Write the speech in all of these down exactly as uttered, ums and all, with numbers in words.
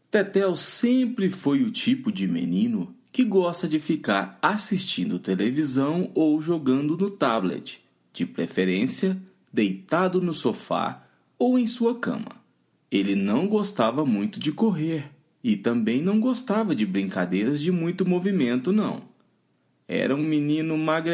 Tetel sempre foi o tipo de menino que gosta de ficar assistindo televisão ou jogando no tablet, de preferência deitado no sofá ou em sua cama. Ele não gostava muito de correr e também não gostava de brincadeiras de muito movimento, não. Era um menino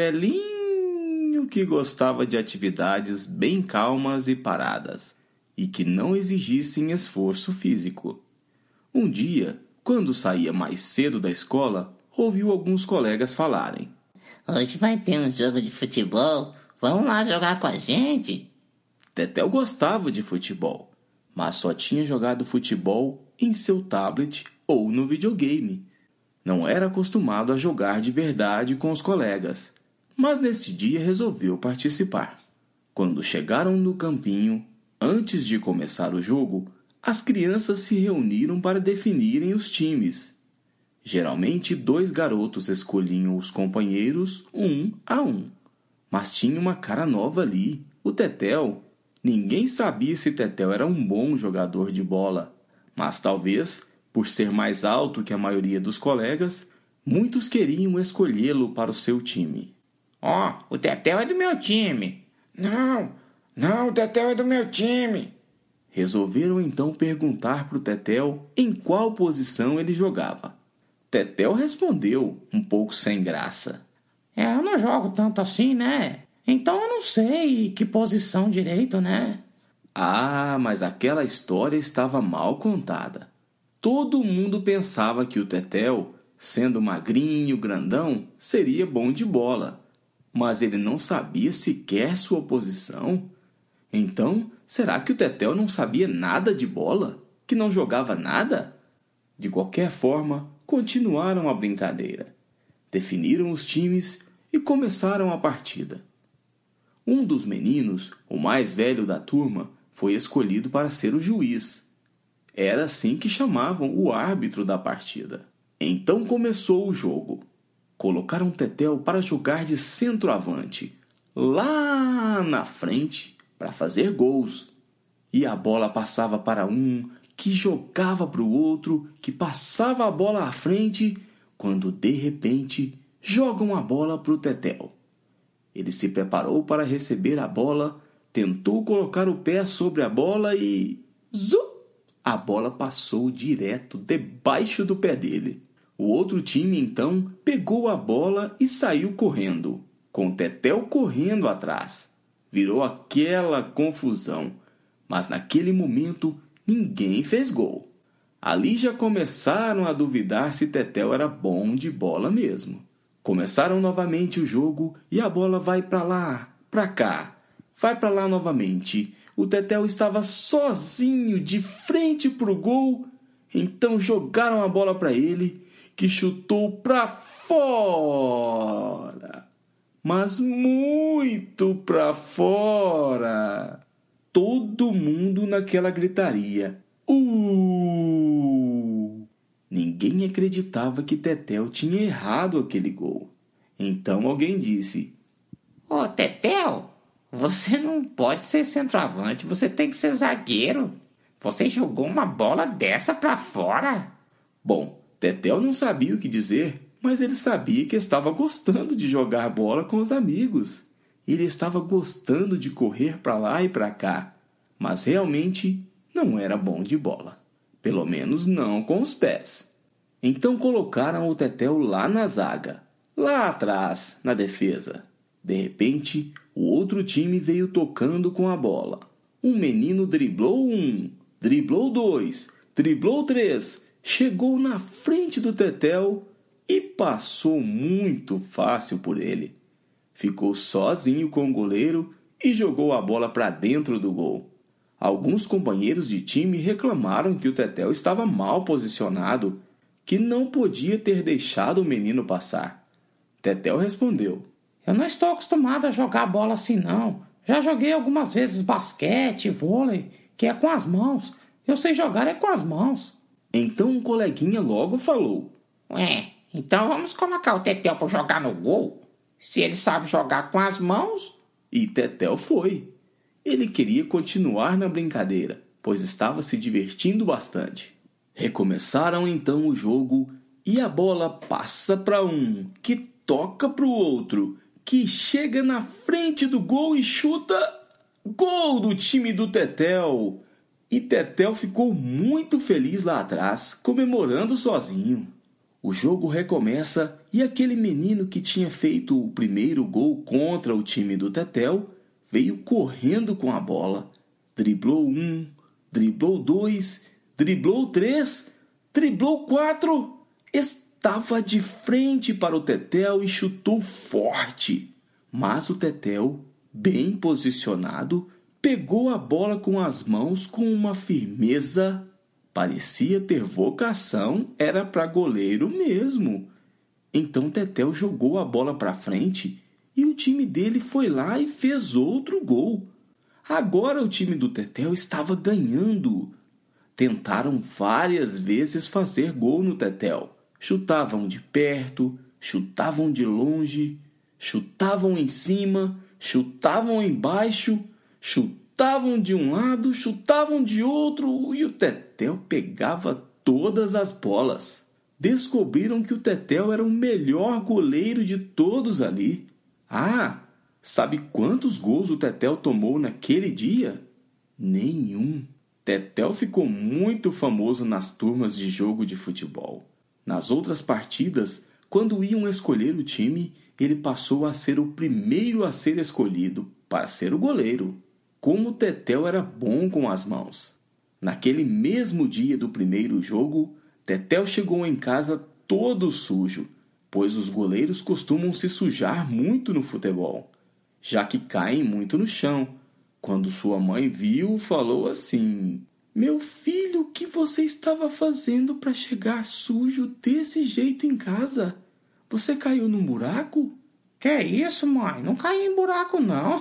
magrelinho que gostava de atividades bem calmas e paradas e que não exigissem esforço físico. Um dia, quando saía mais cedo da escola, ouviu alguns colegas falarem: Hoje vai ter um jogo de futebol, vamos lá jogar com a gente? Tetel gostava de futebol, mas só tinha jogado futebol em seu tablet ou no videogame. Não era acostumado a jogar de verdade com os colegas, mas nesse dia resolveu participar. Quando chegaram no campinho, antes de começar o jogo, as crianças se reuniram para definirem os times. Geralmente, dois garotos escolhiam os companheiros um a um. Mas tinha uma cara nova ali, o Tetel. Ninguém sabia se Tetel era um bom jogador de bola, mas talvez, por ser mais alto que a maioria dos colegas, muitos queriam escolhê-lo para o seu time. Ó, oh, o Tetel é do meu time. Não, não, o Tetel é do meu time. Resolveram então perguntar para o Tetel em qual posição ele jogava. Tetel respondeu, um pouco sem graça: É, eu não jogo tanto assim, né? Então eu não sei que posição direito, né? Ah, mas aquela história estava mal contada. Todo mundo pensava que o Tetel, sendo magrinho, grandão, seria bom de bola. Mas ele não sabia sequer sua posição. Então, será que o Tetel não sabia nada de bola? Que não jogava nada? De qualquer forma, continuaram a brincadeira. Definiram os times e começaram a partida. Um dos meninos, o mais velho da turma, foi escolhido para ser o juiz. Era assim que chamavam o árbitro da partida. Então começou o jogo. Colocaram Tetel para jogar de centroavante, lá na frente, para fazer gols. E a bola passava para um, que jogava para o outro, que passava a bola à frente, quando de repente jogam a bola para o Tetel. Ele se preparou para receber a bola, tentou colocar o pé sobre a bola e... Zup! A bola passou direto debaixo do pé dele. O outro time, então, pegou a bola e saiu correndo, com o Tetel correndo atrás. Virou aquela confusão, mas naquele momento ninguém fez gol. Ali já começaram a duvidar se Tetel era bom de bola mesmo. Começaram novamente o jogo e a bola vai para lá, para cá, vai para lá novamente. O Tetel estava sozinho de frente para o gol, então jogaram a bola para ele, que chutou para fora, mas muito para fora. Todo mundo naquela gritaria. Uh! Ninguém acreditava que Tetel tinha errado aquele gol. Então alguém disse: Ô, oh, Tetel, você não pode ser centroavante, você tem que ser zagueiro. Você jogou uma bola dessa para fora? Bom, Tetel não sabia o que dizer, mas ele sabia que estava gostando de jogar bola com os amigos. Ele estava gostando de correr para lá e para cá, mas realmente não era bom de bola. Pelo menos não com os pés. Então colocaram o Tetel lá na zaga, lá atrás, na defesa. De repente, o outro time veio tocando com a bola. Um menino driblou um, driblou dois, driblou três, chegou na frente do Tetel e passou muito fácil por ele. Ficou sozinho com o goleiro e jogou a bola para dentro do gol. Alguns companheiros de time reclamaram que o Tetel estava mal posicionado, que não podia ter deixado o menino passar. Tetel respondeu: Eu não estou acostumado a jogar bola assim, não. Já joguei algumas vezes basquete, vôlei, que é com as mãos. Eu sei jogar é com as mãos. Então um coleguinha logo falou: Ué, então vamos colocar o Tetel para jogar no gol? Se ele sabe jogar com as mãos... E Tetel foi. Ele queria continuar na brincadeira, pois estava se divertindo bastante. Recomeçaram então o jogo e a bola passa para um, que toca para o outro, que chega na frente do gol e chuta. Gol do time do Tetel! E Tetel ficou muito feliz lá atrás, comemorando sozinho. O jogo recomeça e aquele menino que tinha feito o primeiro gol contra o time do Tetel veio correndo com a bola. Driblou um, driblou dois, driblou três, driblou quatro. Estava de frente para o Tetel e chutou forte. Mas o Tetel, bem posicionado, pegou a bola com as mãos com uma firmeza. Parecia ter vocação, era para goleiro mesmo. Então Tetel jogou a bola para frente e o time dele foi lá e fez outro gol. Agora o time do Tetel estava ganhando. Tentaram várias vezes fazer gol no Tetel. Chutavam de perto, chutavam de longe, chutavam em cima, chutavam embaixo, chutavam de um lado, chutavam de outro e o Tetel pegava todas as bolas. Descobriram que o Tetel era o melhor goleiro de todos ali. Ah, sabe quantos gols o Tetel tomou naquele dia? Nenhum. Tetel ficou muito famoso nas turmas de jogo de futebol. Nas outras partidas, quando iam escolher o time, ele passou a ser o primeiro a ser escolhido para ser o goleiro. Como o Tetel era bom com as mãos. Naquele mesmo dia do primeiro jogo, Tetel chegou em casa todo sujo, pois os goleiros costumam se sujar muito no futebol, já que caem muito no chão. Quando sua mãe viu, falou assim: "Meu filho, o que você estava fazendo para chegar sujo desse jeito em casa? Você caiu num buraco?" Que isso, mãe? Não caí em buraco, não.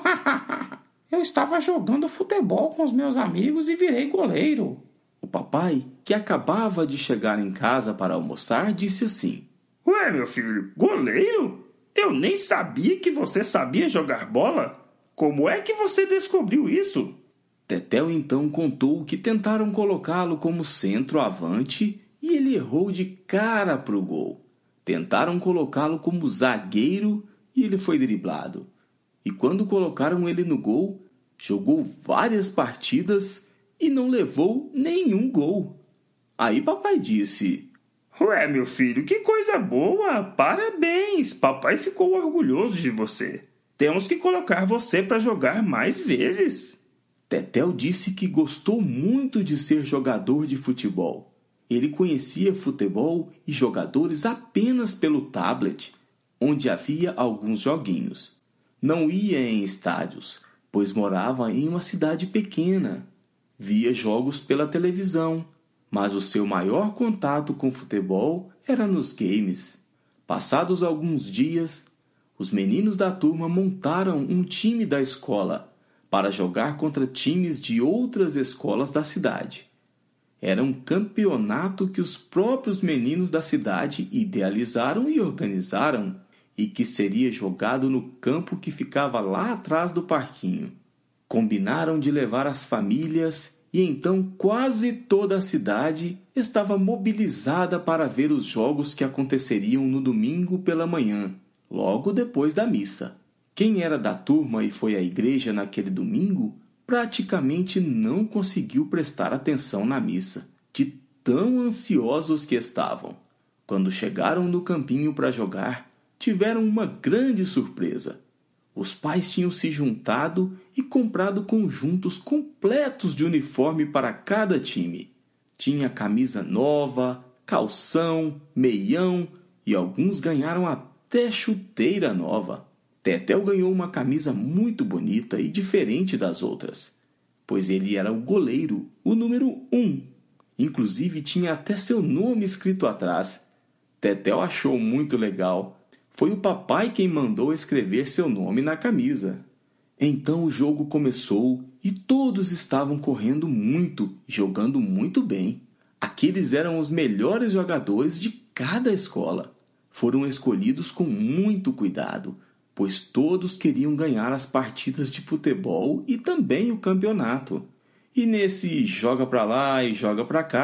Eu estava jogando futebol com os meus amigos e virei goleiro. O papai, que acabava de chegar em casa para almoçar, disse assim: "Ué, meu filho, goleiro? Eu nem sabia que você sabia jogar bola. Como é que você descobriu isso?" Tetel então contou que tentaram colocá-lo como centroavante e ele errou de cara pro gol. Tentaram colocá-lo como zagueiro e ele foi driblado. E quando colocaram ele no gol, jogou várias partidas e não levou nenhum gol. Aí papai disse: "Ué, meu filho, que coisa boa! Parabéns! Papai ficou orgulhoso de você. Temos que colocar você para jogar mais vezes." Tetel disse que gostou muito de ser jogador de futebol. Ele conhecia futebol e jogadores apenas pelo tablet, onde havia alguns joguinhos. Não ia em estádios, pois morava em uma cidade pequena. Via jogos pela televisão, mas o seu maior contato com futebol era nos games. Passados alguns dias, os meninos da turma montaram um time da escola para jogar contra times de outras escolas da cidade. Era um campeonato que os próprios meninos da cidade idealizaram e organizaram, e que seria jogado no campo que ficava lá atrás do parquinho. Combinaram de levar as famílias e então quase toda a cidade estava mobilizada para ver os jogos que aconteceriam no domingo pela manhã, logo depois da missa. Quem era da turma e foi à igreja naquele domingo praticamente não conseguiu prestar atenção na missa, de tão ansiosos que estavam. Quando chegaram no campinho para jogar, tiveram uma grande surpresa. Os pais tinham se juntado e comprado conjuntos completos de uniforme para cada time. Tinha camisa nova, calção, meião e alguns ganharam até chuteira nova. Tetel ganhou uma camisa muito bonita e diferente das outras, pois ele era o goleiro, o número um. Inclusive tinha até seu nome escrito atrás. Tetel achou muito legal. Foi o papai quem mandou escrever seu nome na camisa. Então o jogo começou e todos estavam correndo muito e jogando muito bem. Aqueles eram os melhores jogadores de cada escola. Foram escolhidos com muito cuidado, pois todos queriam ganhar as partidas de futebol e também o campeonato. E nesse joga pra lá e joga pra cá,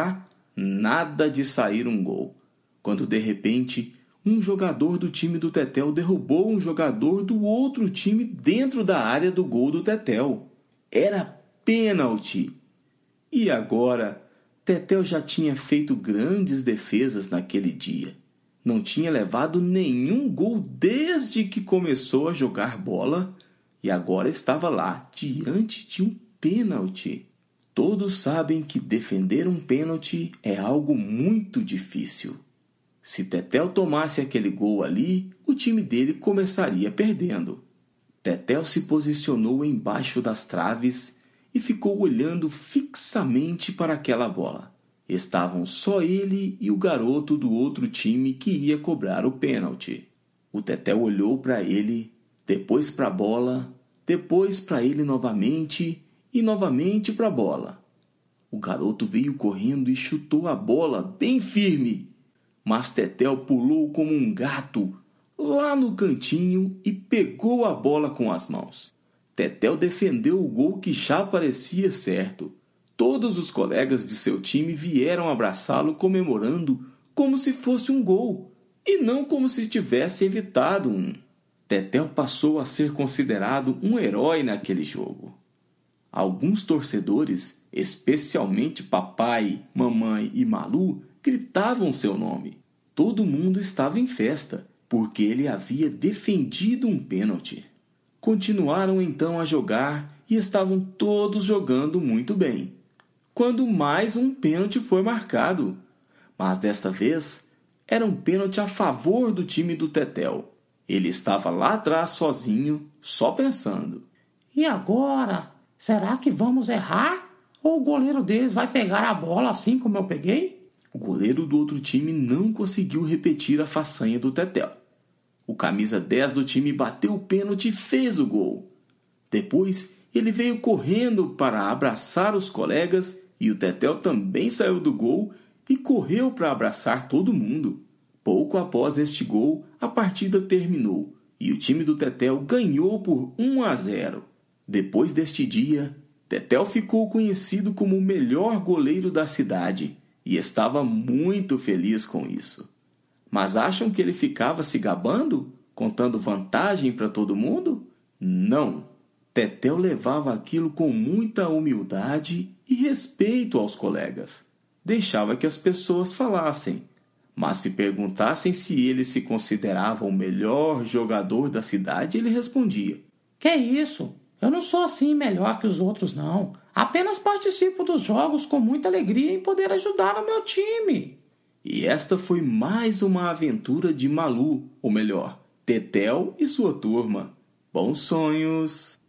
Nada de sair um gol. Quando de repente, um jogador do time do Tetel derrubou um jogador do outro time dentro da área do gol do Tetel. Era pênalti. E agora, Tetel já tinha feito grandes defesas naquele dia. Não tinha levado nenhum gol desde que começou a jogar bola e agora estava lá, diante de um pênalti. Todos sabem que defender um pênalti é algo muito difícil. Se Tetel tomasse aquele gol ali, o time dele começaria perdendo. Tetel se posicionou embaixo das traves e ficou olhando fixamente para aquela bola. Estavam só ele e o garoto do outro time que ia cobrar o pênalti. O Tetel olhou para ele, depois para a bola, depois para ele novamente e novamente para a bola. O garoto veio correndo e chutou a bola bem firme, mas Tetel pulou como um gato lá no cantinho e pegou a bola com as mãos. Tetel defendeu o gol que já parecia certo. Todos os colegas de seu time vieram abraçá-lo comemorando como se fosse um gol e não como se tivesse evitado um. Tetel passou a ser considerado um herói naquele jogo. Alguns torcedores, especialmente papai, mamãe e Malu, gritavam seu nome. Todo mundo estava em festa, porque ele havia defendido um pênalti. Continuaram então a jogar e estavam todos jogando muito bem, quando mais um pênalti foi marcado. Mas desta vez era um pênalti a favor do time do Tetel. Ele estava lá atrás sozinho, só pensando. E agora? Será que vamos errar? Ou o goleiro deles vai pegar a bola assim como eu peguei? O goleiro do outro time não conseguiu repetir a façanha do Tetel. O camisa dez do time bateu o pênalti e fez o gol. Depois, ele veio correndo para abraçar os colegas e o Tetel também saiu do gol e correu para abraçar todo mundo. Pouco após este gol, a partida terminou e o time do Tetel ganhou por um a zero. Depois deste dia, Tetel ficou conhecido como o melhor goleiro da cidade e estava muito feliz com isso. Mas acham que ele ficava se gabando, contando vantagem para todo mundo? Não! Tetel levava aquilo com muita humildade e respeito aos colegas. Deixava que as pessoas falassem, mas se perguntassem se ele se considerava o melhor jogador da cidade, ele respondia: Que isso? Eu não sou assim melhor que os outros, não. Apenas participo dos jogos com muita alegria em poder ajudar o meu time. E esta foi mais uma aventura de Malu, ou melhor, Tetel e sua turma. Bons sonhos!